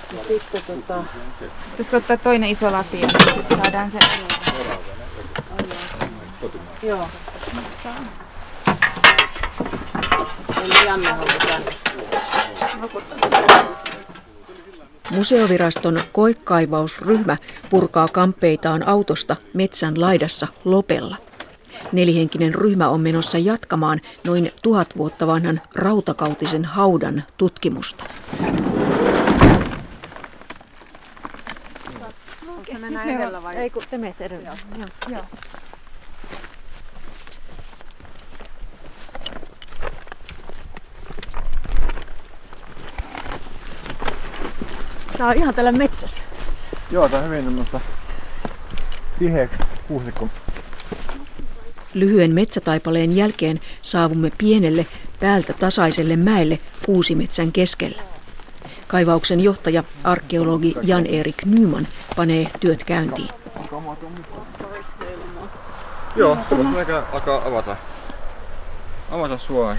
Ja sitten pitäisikö ottaa toinen iso lapio, niin sitten saadaan se. Joo. Museoviraston koekaivausryhmä purkaa kamppeitaan autosta metsän laidassa Lopella. 4-henkinen ryhmä on menossa jatkamaan noin 1000 vuotta vanhan rautakautisen haudan tutkimusta. Se mennään edellä vai? Ei kun te menet edellä. Joo. Tää on ihan täällä metsässä. Joo, tää on hyvin tämmöistä tiheä kuusikko. Lyhyen metsätaipaleen jälkeen saavumme pienelle, päältä tasaiselle mäelle kuusimetsän keskellä. Kaivauksen johtaja, arkeologi Jan-Erik Nyman, panee työt käyntiin. Joo, se voisi melkein alkaa avata suoa.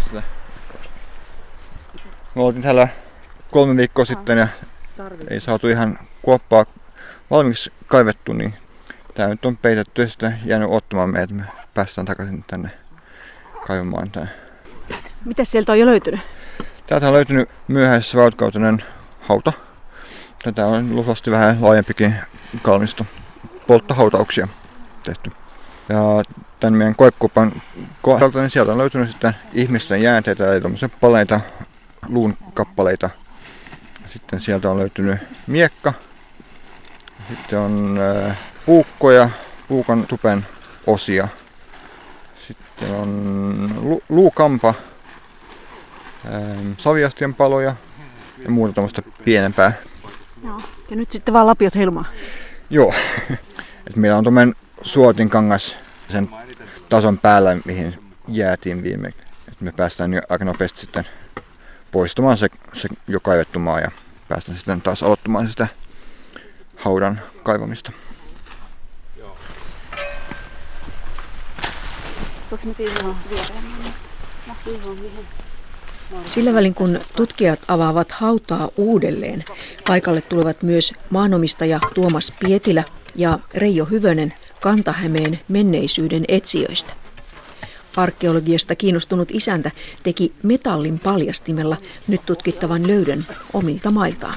Me oltiin täällä 3 viikkoa sitten ja ei saatu ihan kuoppaa valmiiksi kaivettu, niin tää nyt on peitetty ja sitten jäänyt ottamaan meitä, että me päästään takaisin tänne kaivamaan tää. Mitäs sieltä on jo löytynyt? Täältä on löytynyt myöhäisessä rautakautinen hauta. Tätä on luvasti vähän laajempikin kalmisto. Polttohautauksia tehty. Ja tämän meidän koekuopan kohdalta niin sieltä on löytynyt sitten ihmisten jäänteitä, eli tommosia paleita, luun kappaleita. Sitten sieltä on löytynyt miekka. Sitten on puukkoja, puukon tupen osia. Sitten on luukampa, saviastien paloja ja muuta tämmöistä pienempää. Joo. Ja nyt sitten vaan lapiot helmaa. Joo. Et meillä on tuommoinen suotinkangas sen tason päällä, mihin jäätiin viime. Et me päästään jo aika nopeasti sitten poistamaan se jo kaivettu maa ja päästään sitten taas aloittamaan sitä haudan kaivamista. Sillä välin kun tutkijat avaavat hautaa uudelleen, paikalle tulevat myös maanomistaja Tuomas Pietilä ja Reijo Hyvönen Kanta-Hämeen menneisyyden etsijöistä. Arkeologiasta kiinnostunut isäntä teki metallin paljastimella nyt tutkittavan löydön omilta mailtaan.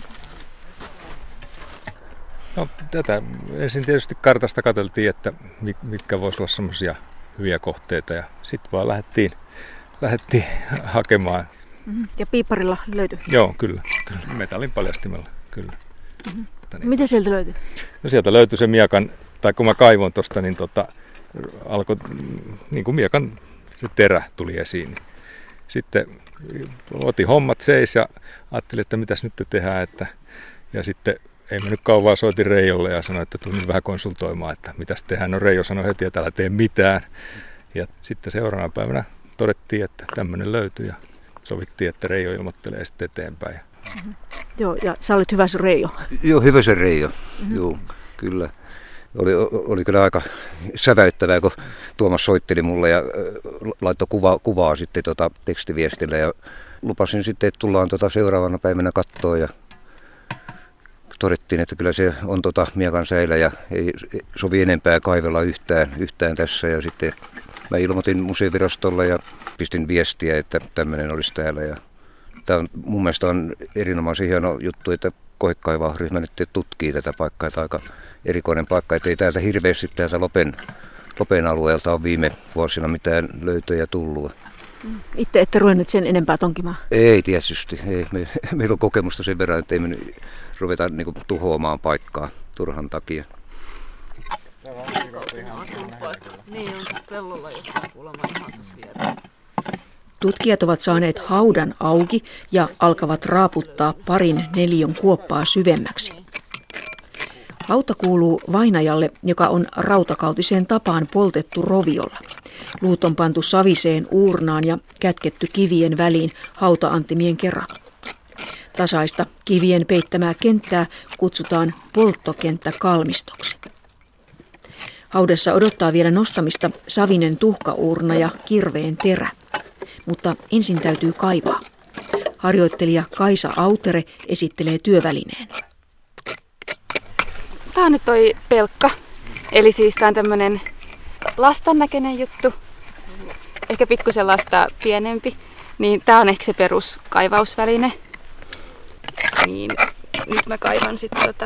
No, tätä ensin tietysti kartasta katseltiin, että mitkä voisi olla semmoisia hyviä kohteita ja sitten vaan lähdettiin hakemaan. Ja piipparilla löytyi? Joo, kyllä. Metallin paljastimella, kyllä. Mitä sieltä löytyi? No sieltä löytyi se miekan, tai kun mä kaivoin tuosta, niin alkoi niin kuin miekan se terä tuli esiin. Sitten otin hommat seis ja ajattelin, että mitäs nyt tehdään. Ja sitten ei mennyt kauan, soitin Reijolle ja sanoin, että tulin vähän konsultoimaan, että mitäs tehdään. No Reijo sanoi heti, että älä tee mitään. Ja sitten seuraavana päivänä todettiin, että tämmöinen löytyi ja sovittiin, että Reijo ilmoittelee sitten eteenpäin. Joo, ja sä olit hyvä se Reijo. Joo, hyvä se Reijo. Joo, kyllä. Oli kyllä aika säväyttävää, kun Tuomas soitteli mulle ja laittoi kuvaa sitten tekstiviestillä. Ja lupasin sitten, että tullaan seuraavana päivänä katsoa ja todettiin, että kyllä se on miekan säilä ja ei sovi enempää kaivella yhtään tässä. Ja sitten mä ilmoitin museovirastolle ja pistin viestiä, että tämmöinen olisi täällä. Ja tämä on mun mielestä on erinomaisen hieno juttu, että koekaivausryhmä nyt tutkii tätä paikkaa. Tämä on aika erikoinen paikka, että ei täältä hirveästi täältä Lopen alueelta ole viime vuosina mitään löytöjä tullut. Itse ette ruvennut sen enempää tonkimaan? Ei tietysti. Ei. Meillä on kokemusta sen verran, että ei me ruveta tuhoamaan paikkaa turhan takia. Niin on pellolla jossain kuulemma ihan tässä vieressä. Tutkijat ovat saaneet haudan auki ja alkavat raaputtaa 2 neliön kuoppaa syvemmäksi. Hauta kuuluu vainajalle, joka on rautakautiseen tapaan poltettu roviolla. Luut on pantu saviseen uurnaan ja kätketty kivien väliin hauta-antimien kerran. Tasaista kivien peittämää kenttää kutsutaan polttokenttäkalmistoksi. Haudassa odottaa vielä nostamista savinen tuhkauurna ja kirveen terä. Mutta ensin täytyy kaivaa. Harjoittelija Kaisa Autere esittelee työvälineen. Tää on nyt toi pelkka. Eli siis tää on tämmönen lastan näköinen juttu. Ehkä pikkusen lasta pienempi. Niin tää on ehkä se peruskaivausväline. Niin nyt mä kaivan sitten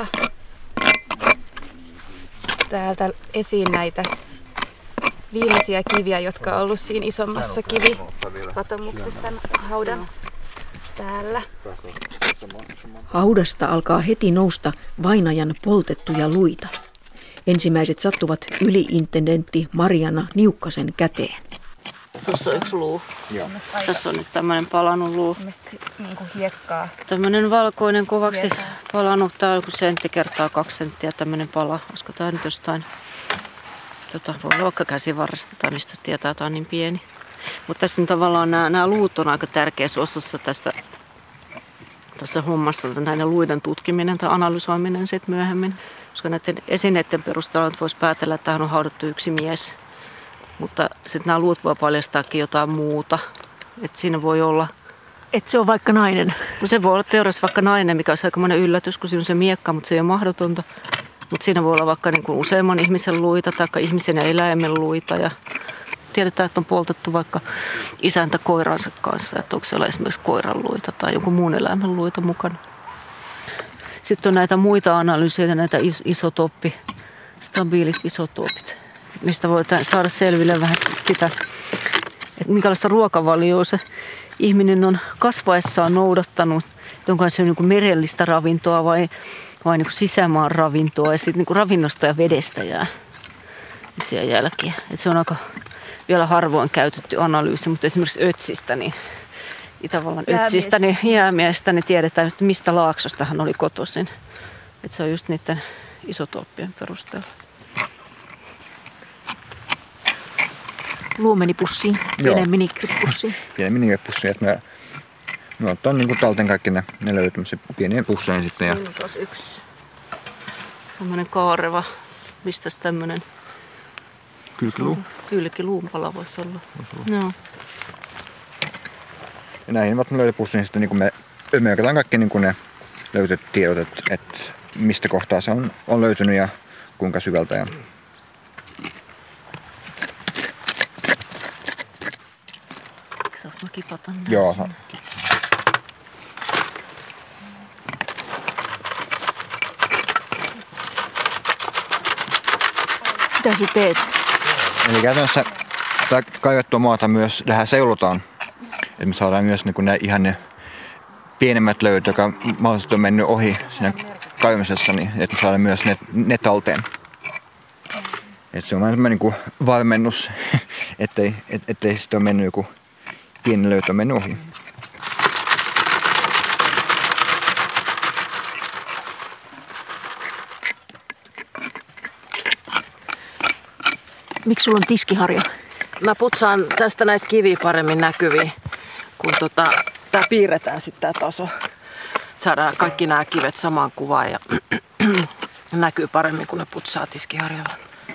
täältä esiin näitä viimeisiä kiviä, jotka on ollut siinä isommassa kivipatomuksessa tämän haudan päällä. Haudasta alkaa heti nousta vainajan poltettuja luita. Ensimmäiset sattuvat yliintendentti Marianna Niukkasen käteen. Tuossa on yksi luu. Joo. Tässä on nyt tämmöinen palanut luu. Niinku hiekkaa. Tämmöinen valkoinen kovaksi palanut. Tää on joku sentti kertaa 2 senttiä tämmöinen pala. Olisiko tää nyt jostain, voi olla vaikka käsivarresta tai mistä tietää, tää on niin pieni. Mutta tässä on tavallaan nämä luut on aika tärkeässä osassa tässä hommassa, näiden luiden tutkiminen tai analysoiminen sitten myöhemmin. Koska näiden esineiden perusteella voisi päätellä, että tähän on haudattu yksi mies. Mutta sitten nämä luut voi paljastaakin jotain muuta. Että siinä voi olla... Et se on vaikka nainen. No se voi olla teoriassa vaikka nainen, mikä olisi aikamoinen yllätys, kun siinä on se miekka, mutta se ei ole mahdotonta. Mutta siinä voi olla vaikka niin kuin useamman ihmisen luita tai ihmisen ja eläimen luita. Ja tiedetään, että on poltettu vaikka isäntä koiransa kanssa, että onko siellä esimerkiksi koiran luita tai jonkun muun eläimen luita mukana. Sitten on näitä muita analyyseitä, näitä stabiilit isotoopit, mistä voi saada selville vähän sitä, että minkälaista ruokavalioa se ihminen on kasvaessaan noudattanut, onko se niin merellistä ravintoa vai niin sisämaan ravintoa ja sitten niin ravinnosta ja vedestä jää jälkiä. Et se on aika vielä harvoin käytetty analyysi, mutta esimerkiksi ötsistä, niin Itävallan ötsistä, niin jäämiestä, niin tiedetään, että mistä laaksosta hän oli kotoisin. Et se on just niiden isotooppien perusteella. Luu meni pussiin, pienen minikripussiin. Pienen minikripussiin, että me ottaa niin kuin talteen kaikki ne löytymässä pieniä pusseihin sitten. Ja... Siinä on taas yksi tämmöinen kaareva, mistäs tämmöinen kylkiluu. Kylkiluunpala voisi olla. No. Ja näihin löytöpussiin sitten niin me merkataan kaikki niin ne löytetyt tiedot, että mistä kohtaa se on löytynyt ja kuinka syvältä. Ja... Saanko mä kipata? Joo. Mitä sä teet? Eli käytännössä tätä kaivettua maata myös tähän seulotaan. Että me saadaan myös niin ihan ne pienemmät löytöt, jotka mahdollisesti on mennyt ohi siinä kaivamisessa, niin että me saadaan myös ne talteen. Että se on vähän semmoinen niin varmennus, ettei sitten ole mennyt joku pieni löytö mennyt ohi. Miksi sulla on tiskiharja? Mä putsaan tästä näitä kiviä paremmin näkyviin, kun tää piirretään sitten tää taso. Saadaan kaikki nämä kivet samaan kuvaan ja näkyy paremmin, kun ne putsaa tiskiharjalla.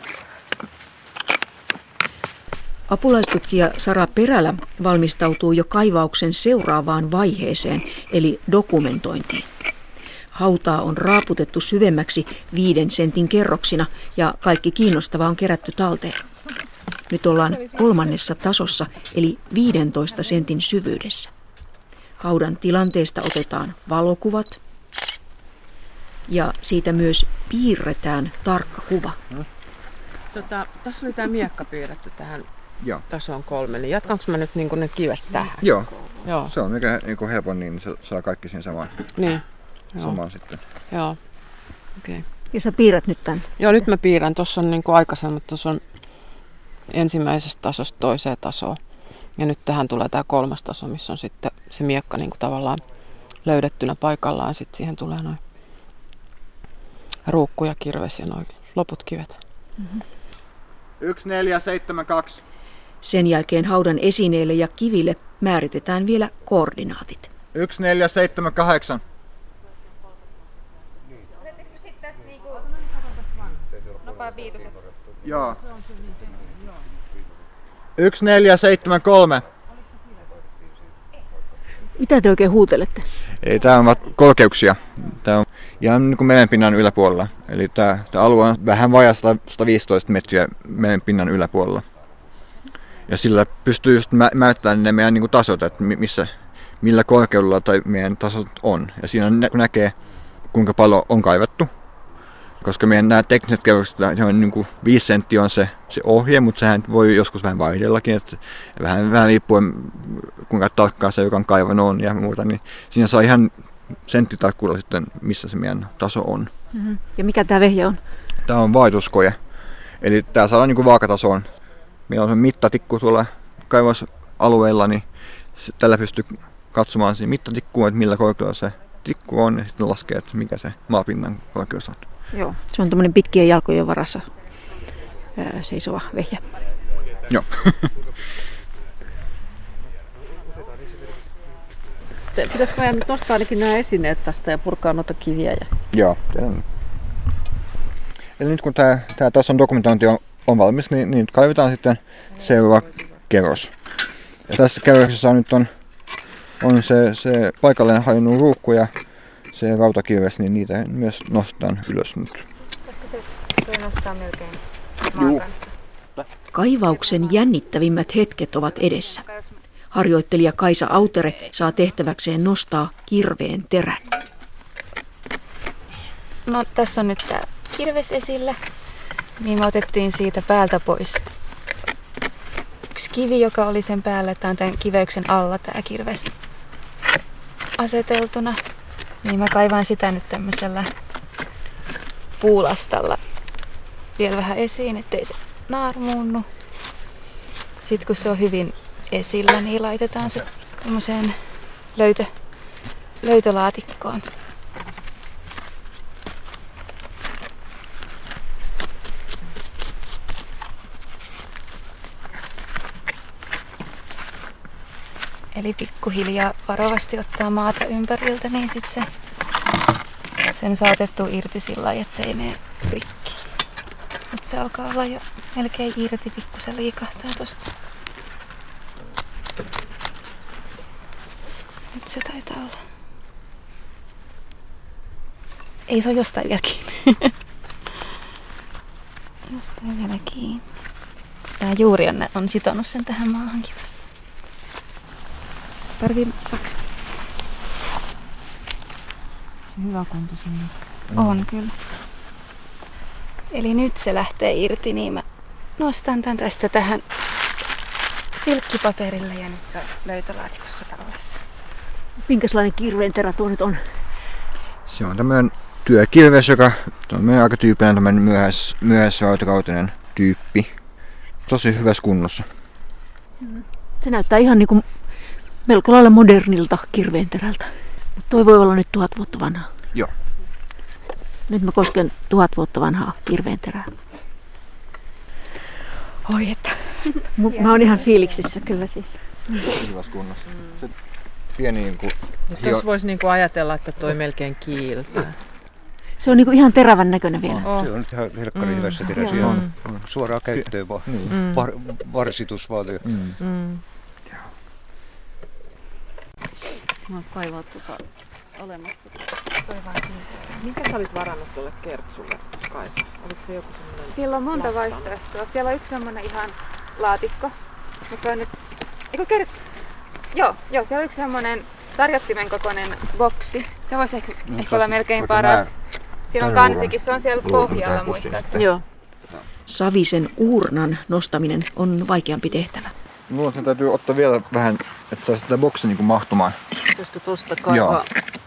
Apulaistutkija Sara Perälä valmistautuu jo kaivauksen seuraavaan vaiheeseen, eli dokumentointiin. Hautaa on raaputettu syvemmäksi 5 sentin kerroksina ja kaikki kiinnostava on kerätty talteen. Nyt ollaan 3. tasossa, eli 15 sentin syvyydessä. Haudan tilanteesta otetaan valokuvat ja siitä myös piirretään tarkka kuva. Tässä oli tämä miekka piirretty tähän Joo. tasoon 3, niin jatkanko mä nyt niin ne kivet tähän? Joo. Joo. Se on mikä niin helpon, niin se saa kaikki siihen samaan. Niin. Samaan sitten. Joo. Okei. Okay. Ja sä piirrät nyt tän? Joo, nyt mä piirrän. Tuossa on niin kuin aikaisemmin, tuossa on ensimmäisestä tasosta toiseen tasoon. Ja nyt tähän tulee tämä 3. taso, missä on sitten se miekka niin kuin tavallaan löydettynä paikallaan. Sitten siihen tulee noin ruukku ja kirves ja noin loput kivet. 1472. Sen jälkeen haudan esineille ja kiville määritetään vielä koordinaatit. 1478. Otetteko me sitten tästä niinku nopea viitoset? Joo. 1473. Mitä te oikein huutelette? Ei, tää on korkeuksia. Tää on ihan niin kuin merenpinnan yläpuolella. Eli tämä alue on vähän vajaa 115 metriä merenpinnan yläpuolella. Ja sillä pystyy just määrittämään ne meidän niin kuin tasot, että millä korkeudella tai meidän tasot on. Ja siinä näkee, kuinka paljon on kaivettu. Koska meidän nämä tekniset kerrokset, on niin kuin 5 senttiä on se ohje, mutta sehän voi joskus vähän vaihdellakin. Että vähän riippuen, kuinka tarkkaan se joka kaivannut on ja muuta, niin siinä saa ihan senttitarkkuudella sitten, missä se meidän taso on. Mm-hmm. Ja mikä tämä vehje on? Tämä on vaihdoskoje. Eli tämä saadaan niin kuin vaakatasoon. Meillä on se mittatikku tuolla kaivosalueella, niin tällä pystyy katsomaan siihen mittatikkuun, että millä korkeudella se tikku on, ja sitten laskee, että mikä se maapinnan korkeus on. Joo. Se on tämmöinen pitkien jalkojen varassa seisova vehje. Joo. Pitäisikö meidän nyt nostaa ainakin nämä esineet tästä ja purkaa noita kiviä? Joo. Eli nyt kun tämä tason dokumentointi on valmis, niin nyt kaivetaan sitten seuraava kerros. Ja tässä kerroksessa nyt on se paikalleen hajonnut ruukku ja se rautakirves, niin niitä myös nostetaan ylös nyt. Koska se toi nostaa melkein maan kanssa. Kaivauksen jännittävimmät hetket ovat edessä. Harjoittelija Kaisa Autere saa tehtäväkseen nostaa kirveen terän. No tässä on nyt tää kirves esillä. Niin me otettiin siitä päältä pois yksi kivi, joka oli sen päällä. Tää on tämän kiveyksen alla tää kirves aseteltuna. Niin mä kaivan sitä nyt tämmöisellä puulastalla vielä vähän esiin, ettei se naarmuunnu. Sitten kun se on hyvin esillä, niin laitetaan se tämmöiseen löytölaatikkoon. Eli pikkuhiljaa varovasti ottaa maata ympäriltä, niin sitten sen saa otettua irti sillä lailla, että se ei mene rikki. Nyt se alkaa olla jo melkein irti, pikkusen liikahtaa tosta. Nyt se taitaa olla. Ei, se on jostain vielä kiinni. Jostain vielä kiinni. Tää juuri on sitonut sen tähän maahan kivasti. Tarviin sakset. Se on hyvä kunto sinne. On kyllä. Eli nyt se lähtee irti, niin mä nostan tän tästä tähän silkkipaperille ja nyt se on löytölaatikossa tallessa. Minkälainen kirveen terä tuo nyt on? Se on tämmöinen työkirves, joka on aika tyypillinen tämmöinen myöhäisrautakautinen tyyppi. Tosi hyvässä kunnossa. Se näyttää ihan niin kuin melko lailla modernilta kirveen terältä. Mutta toi voi olla nyt 1000 vuotta vanhaa. Joo. Nyt mä kosken 1000 vuotta vanhaa kirveen terää. Oi että. Mä oon ihan fiiliksissä kyllä siis. Hyvässä kunnossa. Se pieni niinku... Tuossa voisi niinku ajatella, että toi melkein kiiltää. Se on niinku ihan terävän näköinen vielä. Se on ihan helkkari hyvässä terässä. On suoraan käyttöön vaan. Varsitus vaan. Mä kaivaa alemmas. Minkä sä olit varannut tuolle kertsulle, Kaisa? Oliko se joku semmoinen? Siellä on monta vaihtoehtoa. Siellä on yksi semmonen ihan laatikko. Mutta se on nyt... Joo, siellä on yksi semmonen tarjottimen kokoinen boksi. Se voisi ehkä olla melkein paras. Siinä on kansikin, se on siellä pohjalla muistaakseni. Joo. Savisen uurnan nostaminen on vaikeampi tehtävä. Luulen, että täytyy ottaa vielä vähän, että saisi tätä boksia niin kuin mahtumaan. Pitäisikö tosta kaivaa? Joo.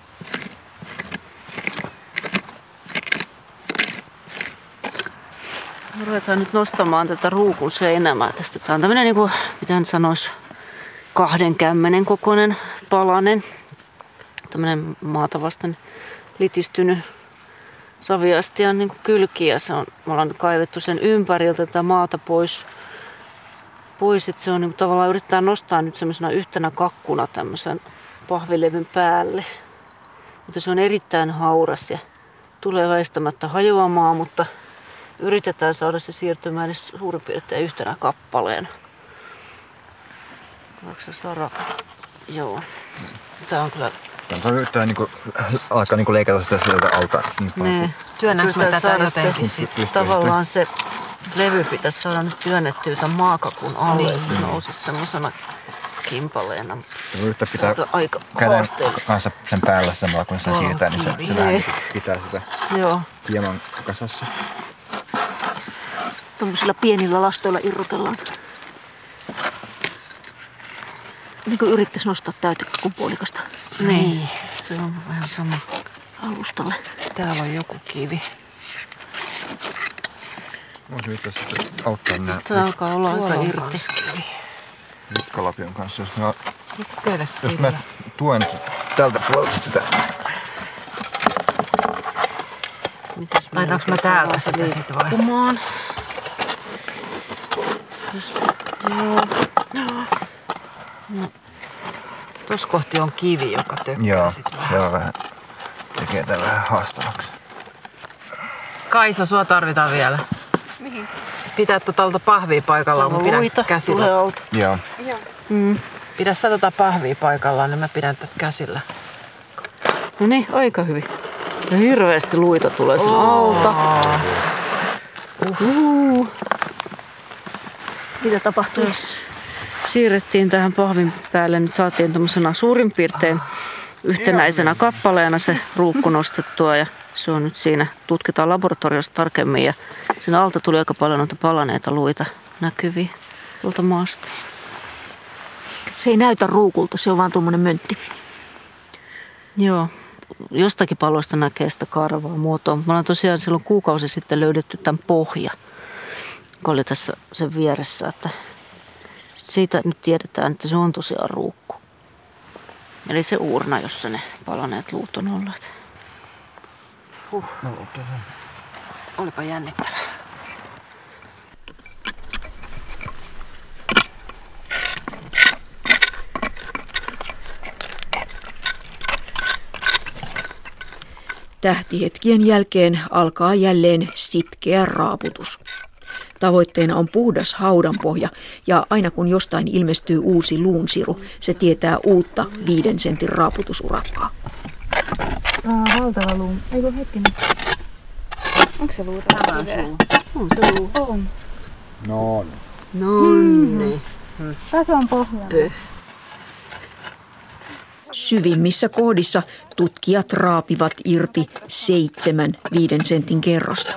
Ruvetaan nyt nostamaan tätä ruukun seinämää tästä. Tää on tämmönen niinku, mitä nyt sanois, 2 kämmen kokoinen palanen. Tämmönen maata vasten litistynyt saviastian niinku kylki ja me ollaan kaivettu sen ympäriltä tätä maata pois, että se on niinku tavallaan yrittää nostaa nyt semmoisena yhtenä kakkuna tämmöisen pahvilevyn päälle. Mutta se on erittäin hauras ja tulee väistämättä hajoamaan, mutta yritetään saada se siirtymään suurin piirtein yhtenä kappaleena. Saako se Sara? Joo. Tää on kyllä Tämä yrittää alkaa leikata sitä sieltä alta. Niin. Työnnäks me tätä jotenkin sitten? Tavallaan se levy pitäisi saada nyt työnnettyä tämän maakakun alle, että se nousisi semmoisena kimpaleena. Yrittää pitää aika käden kanssa sen päällä samalla, kun se siirtää, niin se vähän pitää sitä hieman kasassa. Tuollaisilla pienillä lastoilla irrotellaan. Niin kuin yrittäisi nostaa täytekakun puolikasta. Niin, se on vähän sama alustalle. Täällä on joku kivi. Voisi yrittää sitten auttaa nää. Tää alkaa olla aika irti. Mikkalapion kanssa. Jos mä tuen tältä puolelta sitä. Laitaanko mä täältä sitä sit vai? Kumaan. No. Tuossa kohti on kivi, joka tökkää sit vähän. Joo, se on vähän, tekee tää vähän haastavaksi. Kaisa, sua tarvitaan vielä. Mihin? Pitää tuolta pahvia paikallaan, mun pidän käsillä. Joo. Pidä sä pahvia paikallaan, niin mä pidän tätä käsillä. No niin, aika hyvin. Ja hirveästi luita tulee sen alta. Mitä tapahtui? Siirrettiin tähän pahvin päälle. Nyt saatiin tuommoisena suurin piirtein yhtenäisenä kappaleena se ruukku nostettua. Ja se on nyt siinä. Tutkitaan laboratoriossa tarkemmin. Ja siinä alta tuli aika paljon noita palaneita luita näkyviä tuolta maasta. Se ei näytä ruukulta, se on vaan tuommoinen möntti. Joo. Jostakin paloista näkee sitä karvaa muotoa. Me ollaan tosiaan silloin kuukausi sitten löydetty tämän pohja, kun oli tässä sen vieressä. Että siitä nyt tiedetään, että se on tosiaan ruukku. Eli se uurna, jossa ne palaneet luut on olleet. Olipa jännittävää. Tähtihetkien jälkeen alkaa jälleen sitkeä raaputus. Tavoitteena on puhdas haudanpohja ja aina kun jostain ilmestyy uusi luunsiru, se tietää uutta 5 sentin raaputusurakkaa. Valtava luu. Eikö hetkinen? Onko se luu? Tämä on se luu. On se luu. On. Nonni. Tässä on pohjalla. Syvimmissä kohdissa tutkijat raapivat irti 7 5 sentin kerrosta.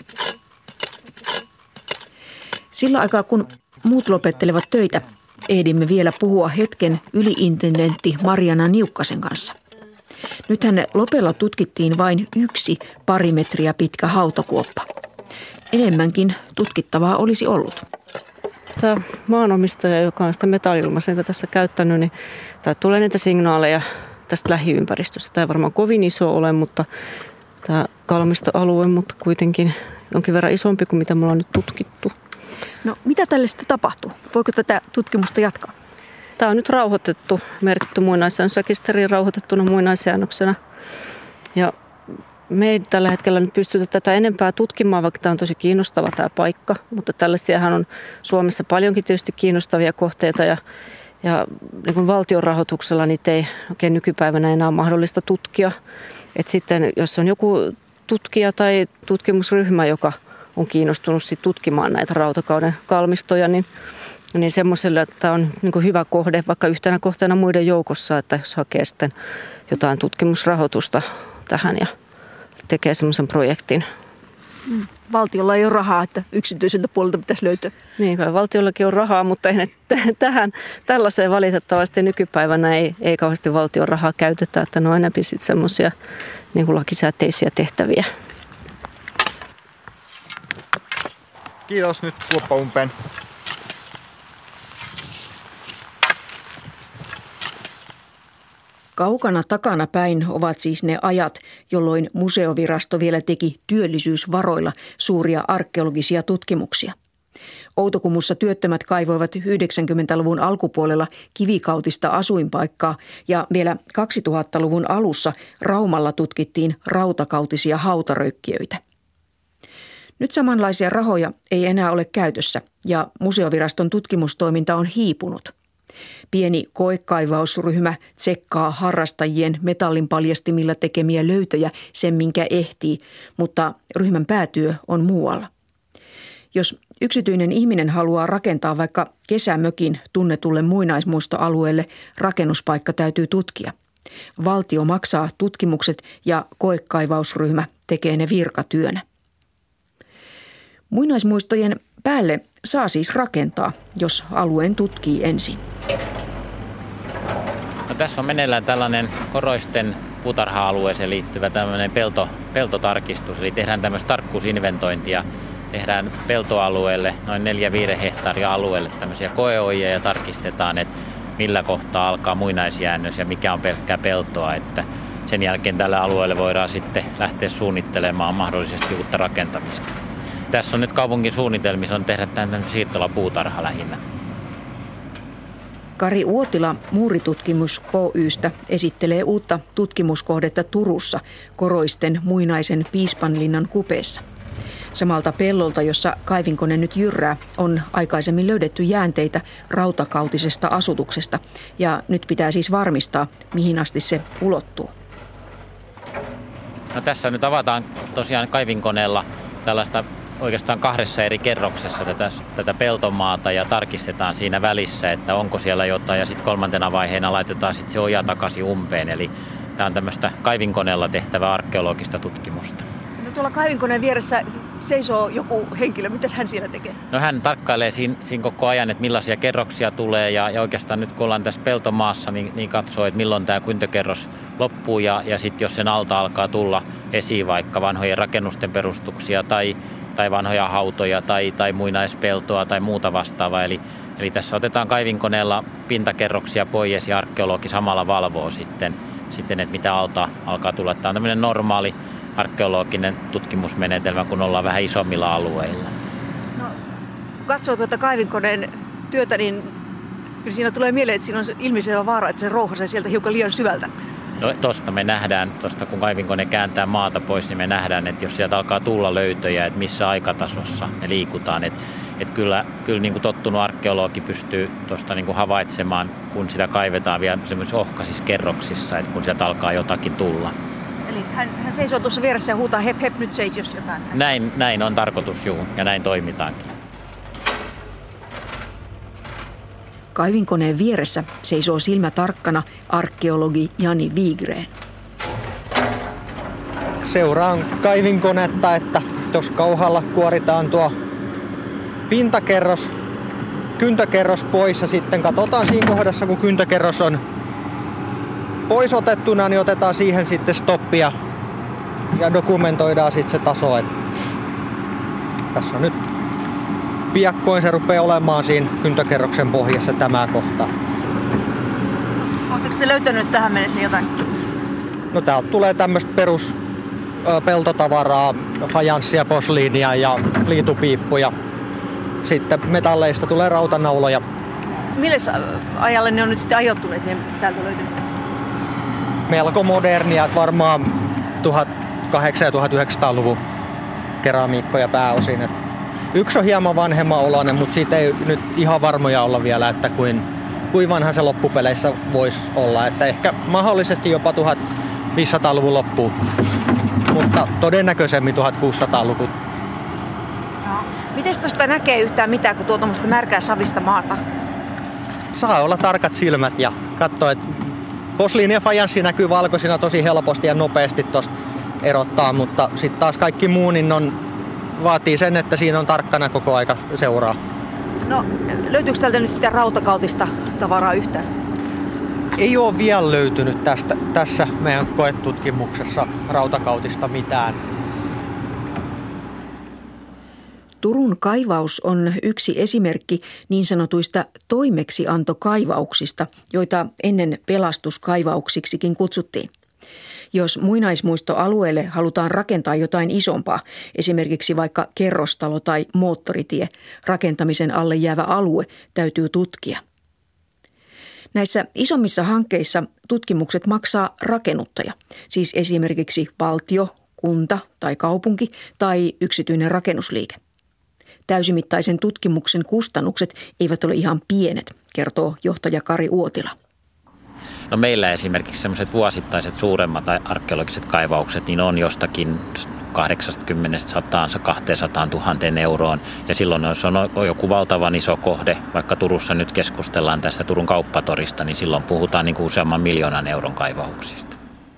Sillä aikaa kun muut lopettelevat töitä, ehdimme vielä puhua hetken yliintendentti Marjana Niukkasen kanssa. Nythän Lopella tutkittiin vain yksi pari metriä pitkä hautakuoppa. Enemmänkin tutkittavaa olisi ollut. Tämä maanomistaja, joka on sitä metalli-ilmaisinta tässä käyttänyt, niin tulee niitä signaaleja tästä lähiympäristöstä. Tämä ei varmaan kovin iso ole, mutta tämä kalmistoalue, mutta kuitenkin jonkin verran isompi kuin mitä me ollaan nyt tutkittu. No mitä tälle sitten tapahtuu? Voiko tätä tutkimusta jatkaa? Tämä on nyt rauhoitettu, merkitty muinaisjäännösrekisteriin rauhoitettuna muinaisjäännöksenä. Ja me ei tällä hetkellä nyt pystytä tätä enempää tutkimaan, vaikka tämä on tosi kiinnostava tämä paikka. Mutta tällaisiahan on Suomessa paljonkin tietysti kiinnostavia kohteita ja niin kuin valtion rahoituksella niitä ei oikein nykypäivänä enää ole mahdollista tutkia. Et sitten jos on joku tutkija tai tutkimusryhmä, joka on kiinnostunut sit tutkimaan näitä rautakauden kalmistoja, niin semmoiselle, että tämä on niin kuin hyvä kohde, vaikka yhtenä kohteena muiden joukossa, että jos hakee sitten jotain tutkimusrahoitusta tähän ja tekee semmoisen projektin. Valtiolla ei ole rahaa, että yksityiseltä puolelta pitäisi löytyä. Niin, kai valtiollakin on rahaa, mutta ei ne tällaiseen valitettavasti nykypäivänä ei kauheasti valtion rahaa käytetä, että ne on enemmän sitten semmoisia niin kuin lakisääteisiä tehtäviä. Kiitos, nyt kuoppa umpeen. Kaukana takana päin ovat siis ne ajat, jolloin museovirasto vielä teki työllisyysvaroilla suuria arkeologisia tutkimuksia. Outokummussa työttömät kaivoivat 90-luvun alkupuolella kivikautista asuinpaikkaa ja vielä 2000-luvun alussa Raumalla tutkittiin rautakautisia hautaröykkiöitä. Nyt samanlaisia rahoja ei enää ole käytössä ja museoviraston tutkimustoiminta on hiipunut. Pieni koekaivausryhmä tsekkaa harrastajien metallinpaljastimilla tekemiä löytöjä sen minkä ehtii, mutta ryhmän päätyö on muualla. Jos yksityinen ihminen haluaa rakentaa vaikka kesämökin tunnetulle muinaismuistoalueelle, rakennuspaikka täytyy tutkia. Valtio maksaa tutkimukset ja koekaivausryhmä tekee ne virkatyönä. Muinaismuistojen päälle saa siis rakentaa, jos alueen tutkii ensin. No, tässä on meneillään tällainen Koroisten puutarha-alueeseen liittyvä tämmöinen peltotarkistus, eli tehdään tämmöistä tarkkuusinventointia. Tehdään peltoalueelle, noin 4-5 hehtaaria alueelle tämmöisiä koeojia ja tarkistetaan, että millä kohtaa alkaa muinaisjäännös ja mikä on pelkkää peltoa. Että sen jälkeen tällä alueelle voidaan sitten lähteä suunnittelemaan mahdollisesti uutta rakentamista. Tässä on nyt kaupungin suunnitelmissa on tehdä tämän siirtolapuutarha lähinnä. Kari Uotila Muuritutkimus Oy:stä esittelee uutta tutkimuskohdetta Turussa Koroisten muinaisen Piispanlinnan kupeessa. Samalta pellolta, jossa kaivinkone nyt jyrrää, on aikaisemmin löydetty jäänteitä rautakautisesta asutuksesta ja nyt pitää siis varmistaa, mihin asti se ulottuu. No, tässä nyt avataan tosiaan kaivinkoneella tällaista oikeastaan 2 eri kerroksessa tätä peltomaata ja tarkistetaan siinä välissä, että onko siellä jotain ja sitten 3. vaiheena laitetaan sitten se oja takaisin umpeen. Eli tämä on tämmöistä kaivinkoneella tehtävää arkeologista tutkimusta. No, tuolla kaivinkoneen vieressä seisoo joku henkilö. Mitäs hän siellä tekee? No, hän tarkkailee siinä koko ajan, että millaisia kerroksia tulee ja oikeastaan nyt kun ollaan tässä peltomaassa, niin katsoo, että milloin tämä kyntökerros loppuu ja sitten jos sen alta alkaa tulla esiin vaikka vanhojen rakennusten perustuksia tai vanhoja hautoja tai muinaispeltoa tai muuta vastaavaa. Eli tässä otetaan kaivinkoneella pintakerroksia pois ja arkeologi samalla valvoo sitten että mitä alta alkaa tulla. Tämä on tämmöinen normaali arkeologinen tutkimusmenetelmä, kun ollaan vähän isommilla alueilla. No, kun katsoo tuota kaivinkoneen työtä, niin kyllä siinä tulee mieleen, että siinä on ilmiselvä vaara, että se rouhasee sieltä hiukan liian syvältä. No, tuosta me nähdään, kun kaivinkone kääntää maata pois, niin me nähdään, että jos sieltä alkaa tulla löytöjä, että missä aikatasossa me liikutaan. Että kyllä niin kuin tottunut arkeologi pystyy tuosta niin kuin havaitsemaan, kun sitä kaivetaan vielä semmoisissa ohkaisissa kerroksissa, että kun sieltä alkaa jotakin tulla. Eli hän seisoo tuossa vieressä ja huutaa hep hep nyt seis, jos jotain. Näin on tarkoitus, juu, ja näin toimitaankin. Kaivinkoneen vieressä seisoo silmä tarkkana arkeologi Jani Wigren. Seuraan kaivinkonetta, että jos kauhalla kuoritaan tuo pintakerros, kyntökerros pois ja sitten katsotaan siinä kohdassa, kun kyntökerros on pois otettuna, niin otetaan siihen sitten stoppia ja dokumentoidaan sitten se taso. Tässä on nyt piakkoin se rupeaa olemaan siinä kyntökerroksen pohjassa tämä kohta. Oletteko te löytänyt tähän mennessä jotain? No, täältä tulee tämmöistä perus peltotavaraa, fajanssia, posliinia ja liitupiippuja. Sitten metalleista tulee rautanauloja. Milles ajalle ne on nyt sitten ajoittuneet, ne täältä löytynyt? Melko modernia, että varmaan 1800- ja 1900-luvun keramiikkoja pääosin. Yksi on hieman vanhemman oloinen, mutta siitä ei nyt ihan varmoja olla vielä, että kuin vanha se loppupeleissä voisi olla. Että ehkä mahdollisesti jopa 1500-luvun loppuun, mutta todennäköisemmin 1600-luku. No. Miten tuosta näkee yhtään mitään, kun tuo tuommoista märkää savista maata? Saa olla tarkat silmät ja katsoa, että posliini ja fajanssi näkyy valkoisina tosi helposti ja nopeasti tuosta erottaa, mutta sitten taas kaikki muu niin vaatii sen, että siinä on tarkkana koko aika seuraa. No, löytyykö täältä nyt sitä rautakautista tavaraa yhtään? Ei ole vielä löytynyt tässä meidän koetutkimuksessa rautakautista mitään. Turun kaivaus on yksi esimerkki niin sanotuista toimeksiantokaivauksista, joita ennen pelastuskaivauksiksikin kutsuttiin. Jos muinaismuistoalueelle halutaan rakentaa jotain isompaa, esimerkiksi vaikka kerrostalo tai moottoritie, rakentamisen alle jäävä alue täytyy tutkia. Näissä isommissa hankkeissa tutkimukset maksaa rakennuttaja, siis esimerkiksi valtio, kunta tai kaupunki tai yksityinen rakennusliike. täysimittaisen tutkimuksen kustannukset eivät ole ihan pienet, kertoo johtaja Kari Uotila. No meillä esimerkiksi semmoiset vuosittaiset suuremmat arkeologiset kaivaukset niin on jostakin 80-200 000 euroon. Ja silloin jos on joku valtavan iso kohde, vaikka Turussa nyt keskustellaan tästä Turun kauppatorista, niin silloin puhutaan niin kuin useamman 1 000 000 euron kaivauksista.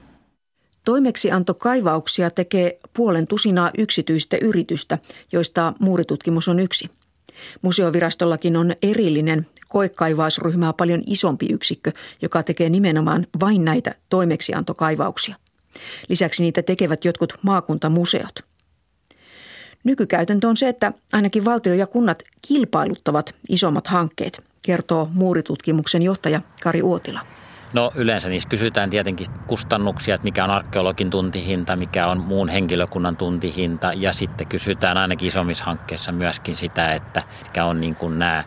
Toimeksiantokaivauksia tekee 50 yksityistä yritystä, joista muuritutkimus on yksi. Museovirastollakin on erillinen koekaivausryhmää paljon isompi yksikkö, joka tekee nimenomaan vain näitä toimeksiantokaivauksia. Lisäksi niitä tekevät jotkut maakuntamuseot. Nykykäytäntö on se, että ainakin valtio ja kunnat kilpailuttavat isommat hankkeet, kertoo muuritutkimuksen johtaja Kari Uotila. No yleensä niissä kysytään tietenkin kustannuksia, että mikä on arkeologin tuntihinta, mikä on muun henkilökunnan tuntihinta ja sitten kysytään ainakin isommissa hankkeissa myöskin sitä, että mitkä on niin kuin nämä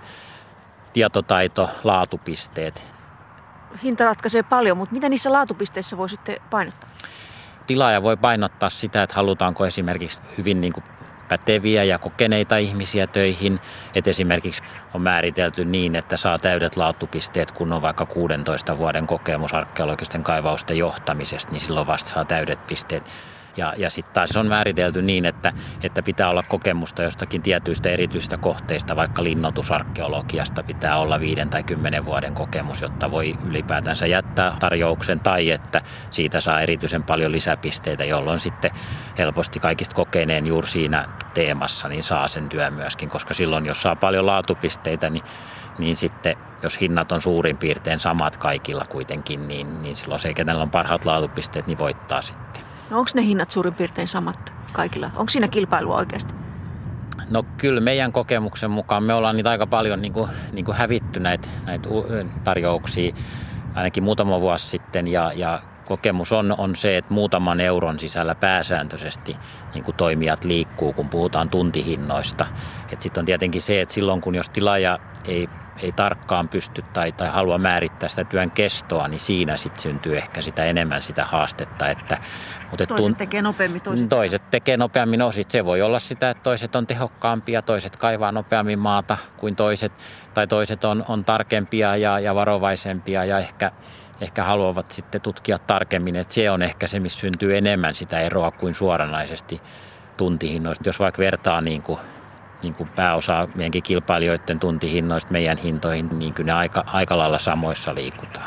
tietotaito-laatupisteet. Hinta ratkaisee paljon, mutta mitä niissä laatupisteissä voi sitten painottaa? Tilaaja voi painottaa sitä, että halutaanko esimerkiksi hyvin niin kuin päteviä ja kokeneita ihmisiä töihin. Et esimerkiksi on määritelty niin, että saa täydet laatupisteet, kun on vaikka 16 vuoden kokemus arkeologisten kaivausten johtamisesta, niin silloin vasta saa täydet pisteet. Ja sitten taas on määritelty niin, että pitää olla kokemusta jostakin tietyistä erityistä kohteista, vaikka linnoitusarkeologiasta pitää olla 5 tai 10 vuoden kokemus, jotta voi ylipäätänsä jättää tarjouksen tai että siitä saa erityisen paljon lisäpisteitä, jolloin sitten helposti kaikista kokeneen juuri siinä teemassa niin saa sen työn myöskin, koska silloin jos saa paljon laatupisteitä, niin sitten jos hinnat on suurin piirtein samat kaikilla kuitenkin, niin silloin se, kenellä on parhaat laatupisteet, niin voittaa sitten. No onko ne hinnat suurin piirtein samat kaikilla? Onko siinä kilpailua oikeasti? No kyllä meidän kokemuksen mukaan me ollaan niitä aika paljon niin kuin hävitty näitä tarjouksia ainakin muutama vuosi sitten ja kokemus on se, että muutaman euron sisällä pääsääntöisesti niin kuin toimijat liikkuu, kun puhutaan tuntihinnoista. Sitten on tietenkin se, että silloin kun jos tilaaja ei tarkkaan pysty tai halua määrittää sitä työn kestoa, niin siinä sitten syntyy ehkä sitä enemmän sitä haastetta. Toiset tekee nopeammin. Toiset tekee nopeammin. No sit se voi olla sitä, että toiset on tehokkaampia, toiset kaivaa nopeammin maata kuin toiset, tai toiset on tarkempia ja varovaisempia ja ehkä haluavat sitten tutkia tarkemmin. Että se on ehkä se, missä syntyy enemmän sitä eroa kuin suoranaisesti tuntihinnoista. Jos vaikka vertaa niin kuin pääosa meidänkin kilpailijoiden tuntihinnoista meidän hintoihin, niin kyllä ne aika lailla samoissa liikutaan.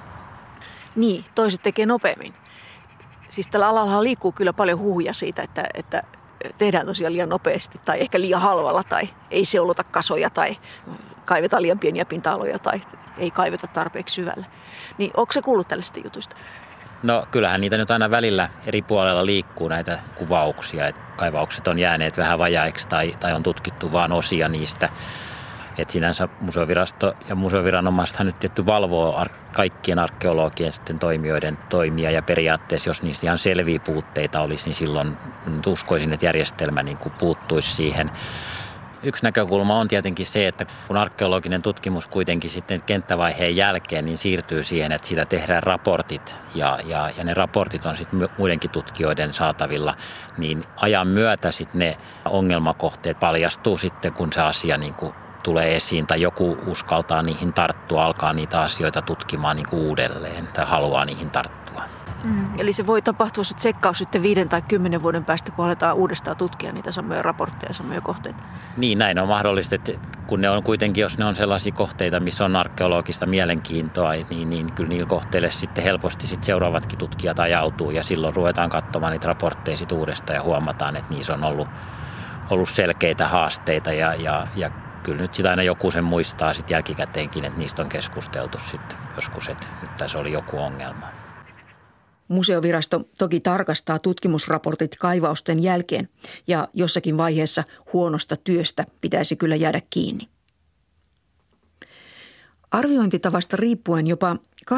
Niin, toiset tekee nopeammin. Siis tällä alalla liikkuu kyllä paljon huhuja siitä, että tehdään tosiaan liian nopeasti tai ehkä liian halvalla tai ei seulota kasoja tai kaivetaan liian pieniä pinta-aloja tai ei kaiveta tarpeeksi syvälle. Niin onko se kuullut tällaisista jutuista? No kyllähän niitä nyt aina välillä eri puolella liikkuu näitä kuvauksia, että kaivaukset on jääneet vähän vajaiksi tai on tutkittu vain osia niistä. Et sinänsä museovirasto ja museoviranomaisethan nyt tietty valvoo kaikkien arkeologien sitten toimijoiden toimia ja periaatteessa jos niistä ihan selviä puutteita olisi, niin silloin uskoisin, että järjestelmä niin kuin puuttuisi siihen. Yksi näkökulma on tietenkin se, että kun arkeologinen tutkimus kuitenkin sitten kenttävaiheen jälkeen niin siirtyy siihen, että siitä tehdään raportit ja ne raportit on sitten muidenkin tutkijoiden saatavilla, niin ajan myötä sitten ne ongelmakohteet paljastuu sitten, kun se asia niin kuin tulee esiin tai joku uskaltaa niihin tarttua, alkaa niitä asioita tutkimaan niin kuin uudelleen tai haluaa niihin tarttua. Eli se voi tapahtua se tsekkaus sitten 5 tai 10 vuoden päästä, kun aletaan uudestaan tutkia niitä samoja raportteja ja samoja kohteita. Niin, näin on mahdollista, että kun ne on kuitenkin, jos ne on sellaisia kohteita, missä on arkeologista mielenkiintoa, niin kyllä niillä kohteille sitten helposti sitten seuraavatkin tutkijat ajautuu ja silloin ruvetaan katsomaan niitä raportteja sitten uudestaan ja huomataan, että niissä on ollut selkeitä haasteita ja kyllä nyt sitä aina joku sen muistaa sitten jälkikäteenkin, että niistä on keskusteltu sitten joskus, että nyt tässä oli joku ongelma. Museovirasto toki tarkastaa tutkimusraportit kaivausten jälkeen ja jossakin vaiheessa huonosta työstä pitäisi kyllä jäädä kiinni. Arviointitavasta riippuen jopa 80-90%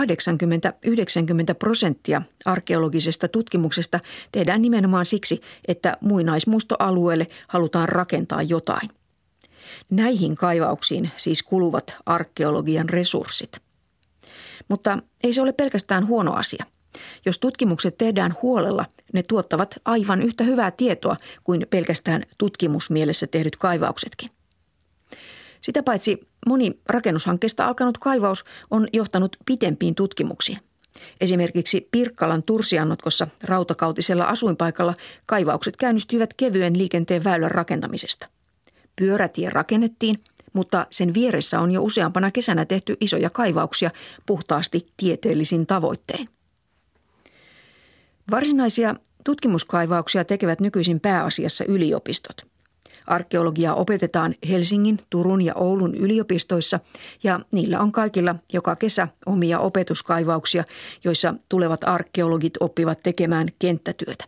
arkeologisesta tutkimuksesta tehdään nimenomaan siksi, että muinaismuistoalueelle halutaan rakentaa jotain. Näihin kaivauksiin siis kuluvat arkeologian resurssit. Mutta ei se ole pelkästään huono asia. Jos tutkimukset tehdään huolella, ne tuottavat aivan yhtä hyvää tietoa kuin pelkästään tutkimusmielessä tehdyt kaivauksetkin. Sitä paitsi moni rakennushankkeesta alkanut kaivaus on johtanut pitempiin tutkimuksiin. Esimerkiksi Pirkkalan Tursiannotkossa rautakautisella asuinpaikalla kaivaukset käynnistyivät kevyen liikenteen väylän rakentamisesta. Pyörätie rakennettiin, mutta sen vieressä on jo useampana kesänä tehty isoja kaivauksia puhtaasti tieteellisin tavoittein. Varsinaisia tutkimuskaivauksia tekevät nykyisin pääasiassa yliopistot. Arkeologiaa opetetaan Helsingin, Turun ja Oulun yliopistoissa ja niillä on kaikilla joka kesä omia opetuskaivauksia, joissa tulevat arkeologit oppivat tekemään kenttätyötä.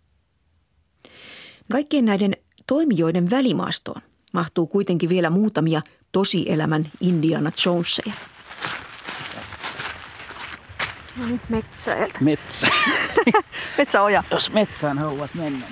Kaikkien näiden toimijoiden välimaastoon mahtuu kuitenkin vielä muutamia tosielämän Indiana Joneseja. No nyt metsäeltä. Metsä. Metsäoja. Jos metsään haluat mennä.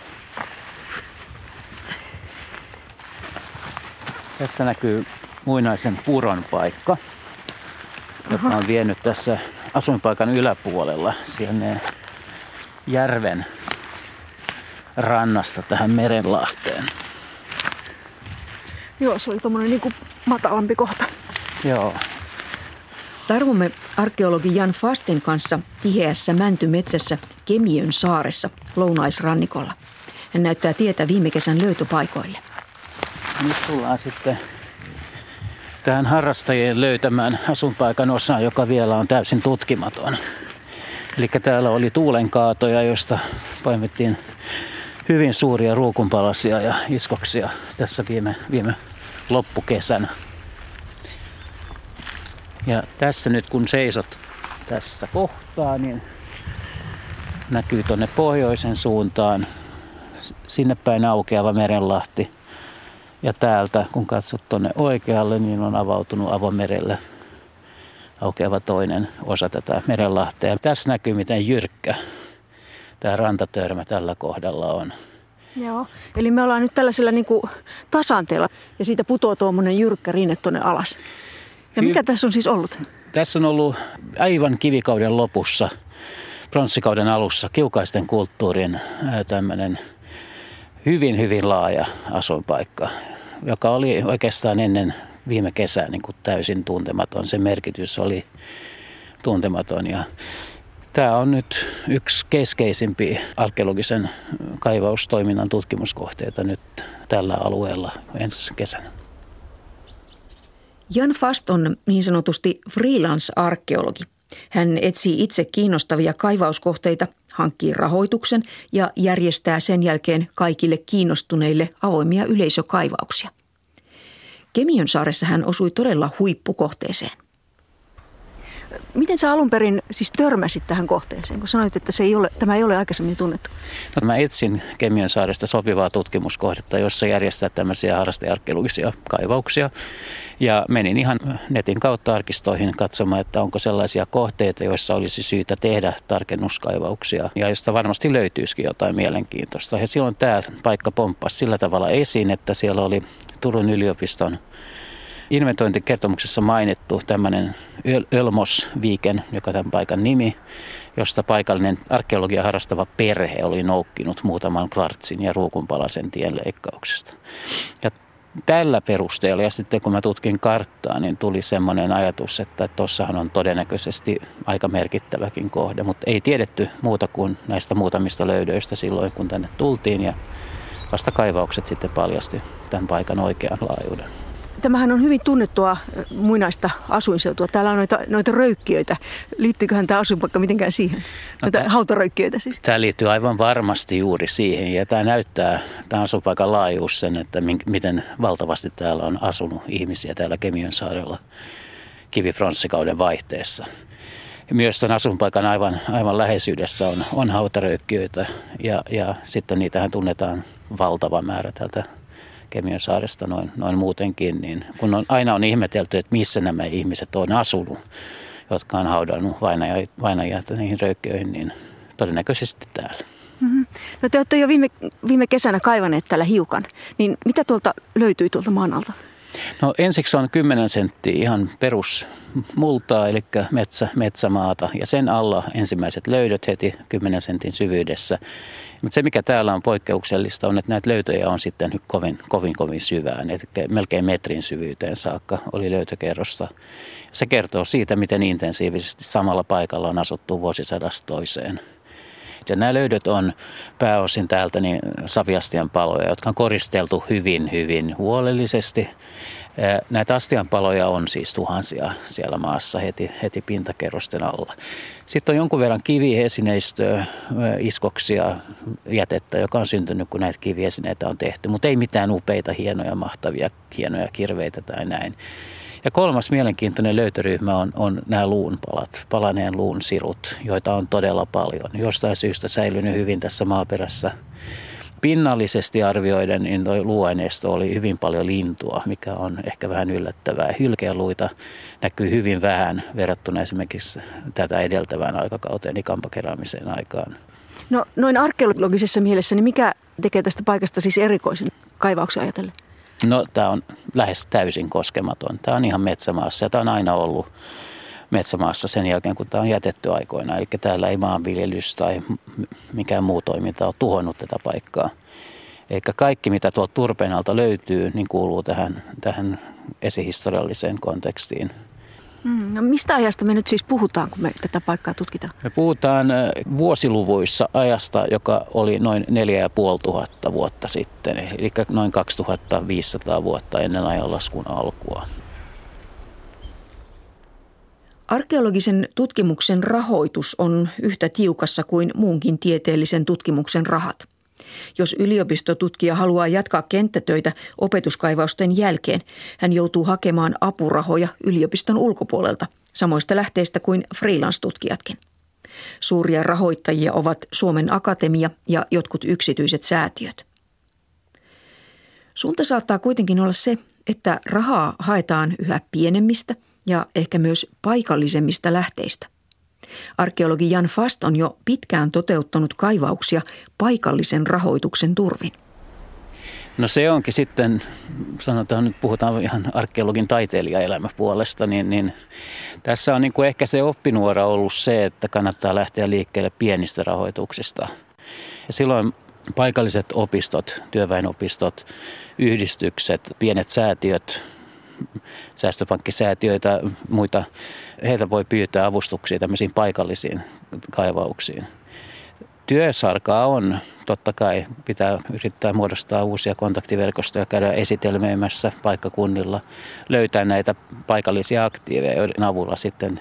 Tässä näkyy muinaisen puron paikka, joka on vienyt tässä asuinpaikan yläpuolella sinne järven rannasta tähän merenlahteen. Joo, se oli tommonen niinku matalampi kohta. Joo. Tarvumme arkeologi Jan Fasten kanssa tiheässä mäntymetsässä Kemiön saaressa lounaisrannikolla. Hän näyttää tietä viime kesän löytöpaikoille. Nyt tullaan sitten tähän harrastajien löytämään asuinpaikan osaan, joka vielä on täysin tutkimaton. Eli täällä oli tuulenkaatoja, joista poimittiin hyvin suuria ruukunpalasia ja iskoksia tässä viime loppukesänä. Ja tässä nyt kun seisot tässä kohtaa, niin näkyy tuonne pohjoisen suuntaan sinne päin aukeava merenlahti. Ja täältä kun katsot tuonne oikealle, niin on avautunut avomerelle aukeava toinen osa tätä merenlahtea. Tässä näkyy miten jyrkkä tämä rantatörmä tällä kohdalla on. Joo, eli me ollaan nyt tällaisella niinku tasanteella ja siitä putoaa tuommoinen jyrkkä rinne tuonne alas. Ja mikä tässä on siis ollut? Tässä on ollut aivan kivikauden lopussa, pronssikauden alussa kiukaisten kulttuurin tämmöinen hyvin laaja asuinpaikka, joka oli oikeastaan ennen viime kesää niin kuin täysin tuntematon. Sen merkitys oli tuntematon ja tämä on nyt yksi keskeisimpiä arkeologisen kaivaustoiminnan tutkimuskohteita nyt tällä alueella ensi kesänä. Jan Fast on niin sanotusti freelance-arkeologi. Hän etsii itse kiinnostavia kaivauskohteita, hankkii rahoituksen ja järjestää sen jälkeen kaikille kiinnostuneille avoimia yleisökaivauksia. Kemiönsaaressa hän osui todella huippukohteeseen. Miten sä alun perin siis törmäsit tähän kohteeseen, kun sanoit, että tämä ei ole aikaisemmin tunnettu? No, mä etsin Kemiönsaaresta sopivaa tutkimuskohdetta, jossa järjestää tämmöisiä harrastearkeologisia kaivauksia. Ja menin ihan netin kautta arkistoihin katsomaan, että onko sellaisia kohteita, joissa olisi syytä tehdä tarkennuskaivauksia ja josta varmasti löytyisikin jotain mielenkiintoista. Ja silloin tämä paikka pomppasi sillä tavalla esiin, että siellä oli Turun yliopiston inventointikertomuksessa mainittu tämmöinen Ölmosviken, joka tämän paikan nimi, josta paikallinen arkeologia harrastava perhe oli noukkinut muutaman kvartsin ja ruukunpalasen tienleikkauksesta. Ja tällä perusteella, ja sitten kun mä tutkin karttaa, niin tuli semmoinen ajatus, että tuossahan on todennäköisesti aika merkittäväkin kohde, mutta ei tiedetty muuta kuin näistä muutamista löydöistä silloin, kun tänne tultiin, ja vasta kaivaukset sitten paljasti tämän paikan oikean laajuuden. Tämähän on hyvin tunnettua muinaista asuinseutua. Täällä on noita röykkiöitä. Liittyyköhän tämä asuinpaikka mitenkään siihen? Noita hautaröykkiöitä siis. Tämä liittyy aivan varmasti juuri siihen. Ja tämä näyttää, tämä asuinpaikan laajuus sen, että miten valtavasti täällä on asunut ihmisiä täällä Kemiönsaarella kivi-pronssikauden vaihteessa. Ja myös tämän asuinpaikan aivan läheisyydessä on hautaröykkiöitä ja sitten niitähän tunnetaan valtava määrä täältä Kemiönsaaresta noin muutenkin, niin kun aina on ihmetelty, että missä nämä ihmiset on asunut, jotka on haudannut vainajia niihin röykkiöihin, niin todennäköisesti täällä. Mm-hmm. No te olette jo viime kesänä kaivaneet täällä hiukan, niin mitä tuolta löytyi tuolta maan alta? No ensiksi on 10 senttiä ihan perusmultaa, eli metsämaata, ja sen alla ensimmäiset löydöt heti 10 sentin syvyydessä. Mutta se, mikä täällä on poikkeuksellista, on, että näitä löytöjä on sitten kovin syvään, eli melkein metrin syvyyteen saakka oli löytökerrosta. Se kertoo siitä, miten intensiivisesti samalla paikalla on asuttu vuosisadasta toiseen. Ja nämä löydöt on pääosin täältä niin saviastianpaloja, jotka on koristeltu hyvin huolellisesti. Näitä astianpaloja on siis tuhansia siellä maassa heti pintakerrosten alla. Sitten on jonkun verran kiviesineistöä, iskoksia, jätettä, joka on syntynyt, kun näitä kiviesineitä on tehty. Mutta ei mitään upeita, mahtavia, hienoja kirveitä tai näin. Ja kolmas mielenkiintoinen löytöryhmä on nämä luunpalat, palaneen luun sirut, joita on todella paljon. Jostain syystä säilynyt hyvin tässä maaperässä. Pinnallisesti arvioiden niin luuaineisto oli hyvin paljon lintua, mikä on ehkä vähän yllättävää. Hylkeenluita näkyy hyvin vähän verrattuna esimerkiksi tätä edeltävään aikakauteen, niin kampakeräämiseen aikaan. No noin arkeologisessa mielessä, niin mikä tekee tästä paikasta siis erikoisen kaivauksen ajatellen? No tämä on lähes täysin koskematon. Tämä on ihan metsämaassa ja tämä on aina ollut metsämaassa sen jälkeen, kun tämä on jätetty aikoinaan. Eli täällä ei maanviljelys tai mikään muu toiminta ole tuhonnut tätä paikkaa. Eli kaikki, mitä tuolta turpeen alta löytyy, niin kuuluu tähän esihistorialliseen kontekstiin. No mistä ajasta me nyt siis puhutaan, kun me tätä paikkaa tutkitaan? Me puhutaan vuosiluvuissa ajasta, joka oli noin 4500 vuotta sitten, eli noin 2500 vuotta ennen ajanlaskun alkua. Arkeologisen tutkimuksen rahoitus on yhtä tiukassa kuin muunkin tieteellisen tutkimuksen rahat. Jos yliopistotutkija haluaa jatkaa kenttätöitä opetuskaivausten jälkeen, hän joutuu hakemaan apurahoja yliopiston ulkopuolelta, samoista lähteistä kuin freelance-tutkijatkin. Suuria rahoittajia ovat Suomen Akatemia ja jotkut yksityiset säätiöt. Suunta saattaa kuitenkin olla se, että rahaa haetaan yhä pienemmistä ja ehkä myös paikallisemmista lähteistä. Arkeologi Jan Fast on jo pitkään toteuttanut kaivauksia paikallisen rahoituksen turvin. No se onkin sitten, sanotaan nyt puhutaan ihan arkeologin taiteilijaelämän puolesta, niin tässä on niin kuin ehkä se oppinuora ollut se, että kannattaa lähteä liikkeelle pienistä rahoituksista. Ja silloin paikalliset opistot, työväenopistot, yhdistykset, pienet säätiöt, säästöpankkisäätiöitä, muita, heiltä voi pyytää avustuksia tämmöisiin paikallisiin kaivauksiin. Työsarkaa on, totta kai pitää yrittää muodostaa uusia kontaktiverkostoja, käydä esitelmeemässä paikkakunnilla, löytää näitä paikallisia aktiiveja, joiden avulla sitten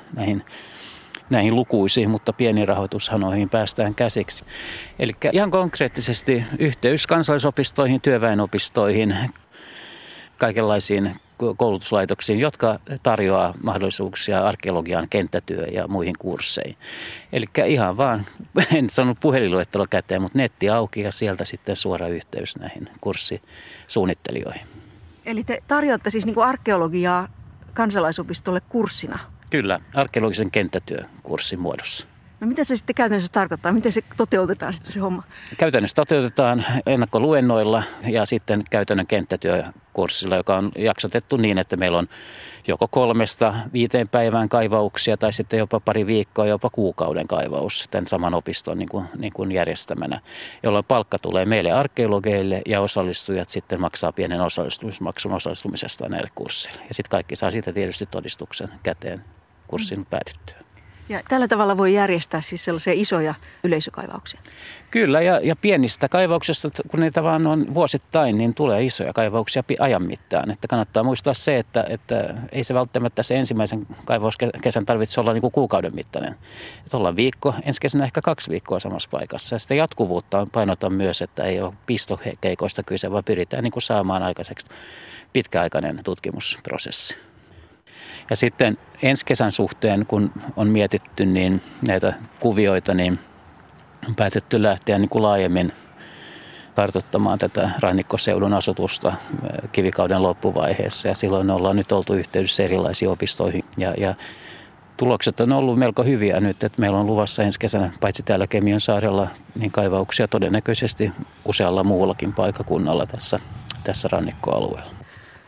näihin lukuisiin, mutta pieniin rahoitushanoihin päästään käsiksi. Eli ihan konkreettisesti yhteys kansallisopistoihin, työväenopistoihin, kaikenlaisiin koulutuslaitoksiin, jotka tarjoaa mahdollisuuksia arkeologian kenttätyö ja muihin kursseihin. Eli ihan vaan, en sanonut puhelinluettelo käteen, mutta netti auki ja sieltä sitten suora yhteys näihin kurssisuunnittelijoihin. Eli te tarjoatte siis niin kuin arkeologiaa kansalaisopistolle kurssina? Kyllä, arkeologisen kenttätyökurssin muodossa. No mitä se sitten käytännössä tarkoittaa? Miten se toteutetaan sitten se homma? Käytännössä toteutetaan ennakkoluennoilla ja sitten käytännön kenttätyökurssilla, joka on jaksotettu niin, että meillä on joko 3-5 päivän kaivauksia tai sitten jopa pari viikkoa, jopa kuukauden kaivaus tämän saman opiston niin kuin järjestämänä, jolloin palkka tulee meille arkeologeille ja osallistujat sitten maksaa pienen osallistumismaksun osallistumisesta näille kursseille. Ja sitten kaikki saa siitä tietysti todistuksen käteen kurssin päätyttyä. Ja tällä tavalla voi järjestää siis sellaisia isoja yleisökaivauksia? Kyllä, ja pienistä kaivauksista, kun niitä vaan on vuosittain, niin tulee isoja kaivauksia ajan mittaan. Että kannattaa muistaa se, että ei se välttämättä se ensimmäisen kaivauskesän tarvitse olla niin kuin kuukauden mittainen. Että ollaan viikko, ensi kesänä ehkä 2 viikkoa samassa paikassa. Ja sitä jatkuvuutta painotan myös, että ei ole pistokeikoista kyse, vaan pyritään niin kuin saamaan aikaiseksi pitkäaikainen tutkimusprosessi. Ja sitten ensi kesän suhteen, kun on mietitty niin näitä kuvioita, niin on päätetty lähteä niin kuin laajemmin kartoittamaan tätä rannikkoseudun asutusta kivikauden loppuvaiheessa. Ja silloin ollaan nyt oltu yhteydessä erilaisiin opistoihin. Ja tulokset on ollut melko hyviä nyt, että meillä on luvassa ensi kesänä, paitsi täällä Kemiönsaarella, niin kaivauksia todennäköisesti usealla muullakin paikakunnalla tässä rannikkoalueella.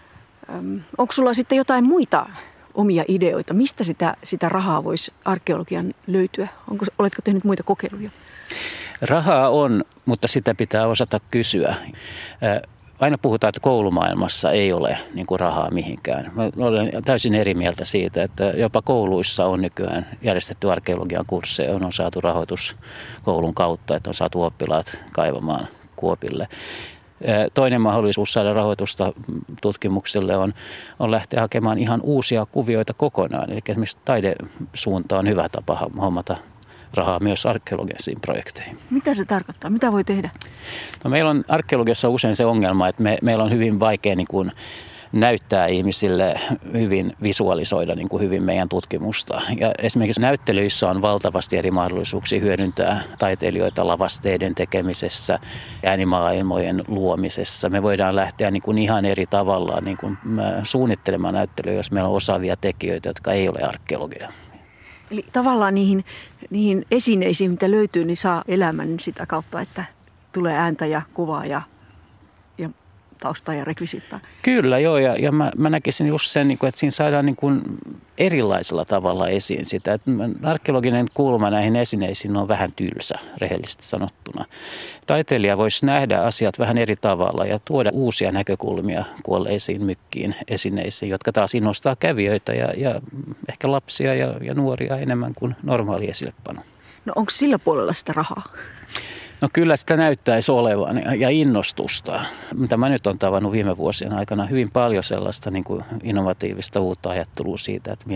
Onko sulla sitten jotain muita omia ideoita? Mistä sitä rahaa voisi arkeologian löytyä? Oletko tehnyt muita kokeiluja? Rahaa on, mutta sitä pitää osata kysyä. Aina puhutaan, että koulumaailmassa ei ole niin kuin rahaa mihinkään. Mä olen täysin eri mieltä siitä, että jopa kouluissa on nykyään järjestetty arkeologian kursseja, on saatu rahoitus koulun kautta, että on saatu oppilaat kaivamaan kuopille. Toinen mahdollisuus saada rahoitusta tutkimukselle on lähteä hakemaan ihan uusia kuvioita kokonaan. Eli esimerkiksi taidesuunta on hyvä tapa hommata rahaa myös arkeologisiin projekteihin. Mitä se tarkoittaa? Mitä voi tehdä? No, meillä on arkeologiassa usein se ongelma, että meillä on hyvin vaikea niin kuin näyttää ihmisille hyvin, visualisoida niin kuin hyvin meidän tutkimusta. Ja esimerkiksi näyttelyissä on valtavasti eri mahdollisuuksia hyödyntää taiteilijoita lavasteiden tekemisessä, äänimaailmojen luomisessa. Me voidaan lähteä niin kuin ihan eri tavalla niin kuin suunnittelemaan näyttelyä, jos meillä on osaavia tekijöitä, jotka ei ole arkeologia. Eli tavallaan niihin esineisiin, mitä löytyy, niin saa elämän sitä kautta, että tulee ääntä ja kuvaa ja taustaa ja rekvisiittaa. Kyllä, joo. Ja mä näkisin just sen, että siinä saadaan niin kuin erilaisella tavalla esiin sitä. Että arkeologinen kulma näihin esineisiin on vähän tylsä, rehellisesti sanottuna. Taiteilija voisi nähdä asiat vähän eri tavalla ja tuoda uusia näkökulmia kuolleisiin mykkiin, esineisiin, jotka taas innostaa kävijöitä ja ehkä lapsia ja nuoria enemmän kuin normaali esillepano. No onko sillä puolella sitä rahaa? No kyllä sitä näyttäisi olevan ja innostusta. Mitä mä nyt olen tavannut viime vuosien aikana, hyvin paljon sellaista niin kuin innovatiivista uutta ajattelua siitä, että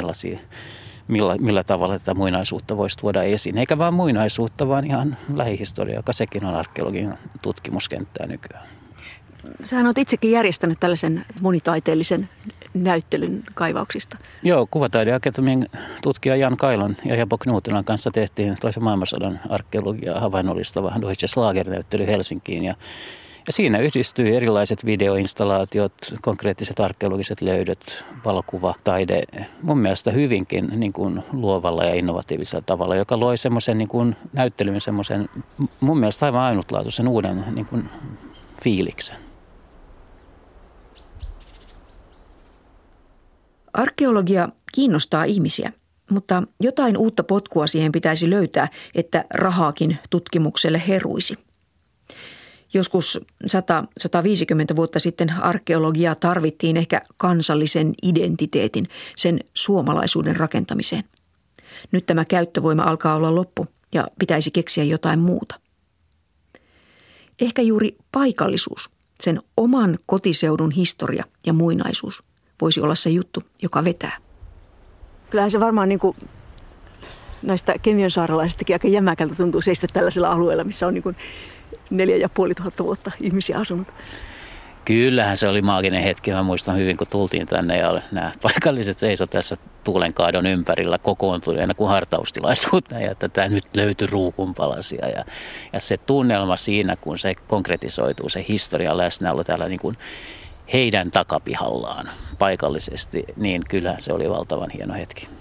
millä tavalla tätä muinaisuutta voisi tuoda esiin. Eikä vaan muinaisuutta, vaan ihan lähihistoria, joka sekin on arkeologian tutkimuskenttää nykyään. Sähän olet itsekin järjestänyt tällaisen monitaiteellisen näyttelyn kaivauksista. Joo, Kuvataideakatemian tutkija Jan Kailon ja Japo Knutilan kanssa tehtiin toisen maailmansodan arkeologiaa havainnollistava Deutsches Lager-näyttely Helsinkiin. Ja siinä yhdistyi erilaiset videoinstallaatiot, konkreettiset arkeologiset löydöt, valokuva, taide. Mun mielestä hyvinkin niin kuin luovalla ja innovatiivisella tavalla, joka loi semmoisen niin kuin näyttelyn semmoisen mun mielestä aivan ainutlaatuisen uuden niin kuin fiiliksen. Arkeologia kiinnostaa ihmisiä, mutta jotain uutta potkua siihen pitäisi löytää, että rahaakin tutkimukselle heruisi. Joskus 100-150 vuotta sitten arkeologiaa tarvittiin ehkä kansallisen identiteetin, sen suomalaisuuden rakentamiseen. Nyt tämä käyttövoima alkaa olla loppu ja pitäisi keksiä jotain muuta. Ehkä juuri paikallisuus, sen oman kotiseudun historia ja muinaisuus voisi olla se juttu, joka vetää. Kyllähän se varmaan niin kuin näistä Kemiönsaarelaisistakin aika jämäkältä tuntuu seistä tällaisella alueella, missä on niin kuin 4500 vuotta ihmisiä asunut. Kyllähän se oli maaginen hetki. Mä muistan hyvin, kun tultiin tänne ja nämä paikalliset seisoi tässä tuulenkaadon ympärillä kokoontuneena kuin hartaustilaisuutta ja että tämä nyt löytyi ruukunpalasia. Ja se tunnelma siinä, kun se konkretisoituu, se historian läsnäolo täällä niin kuin heidän takapihallaan paikallisesti, niin kyllähän se oli valtavan hieno hetki.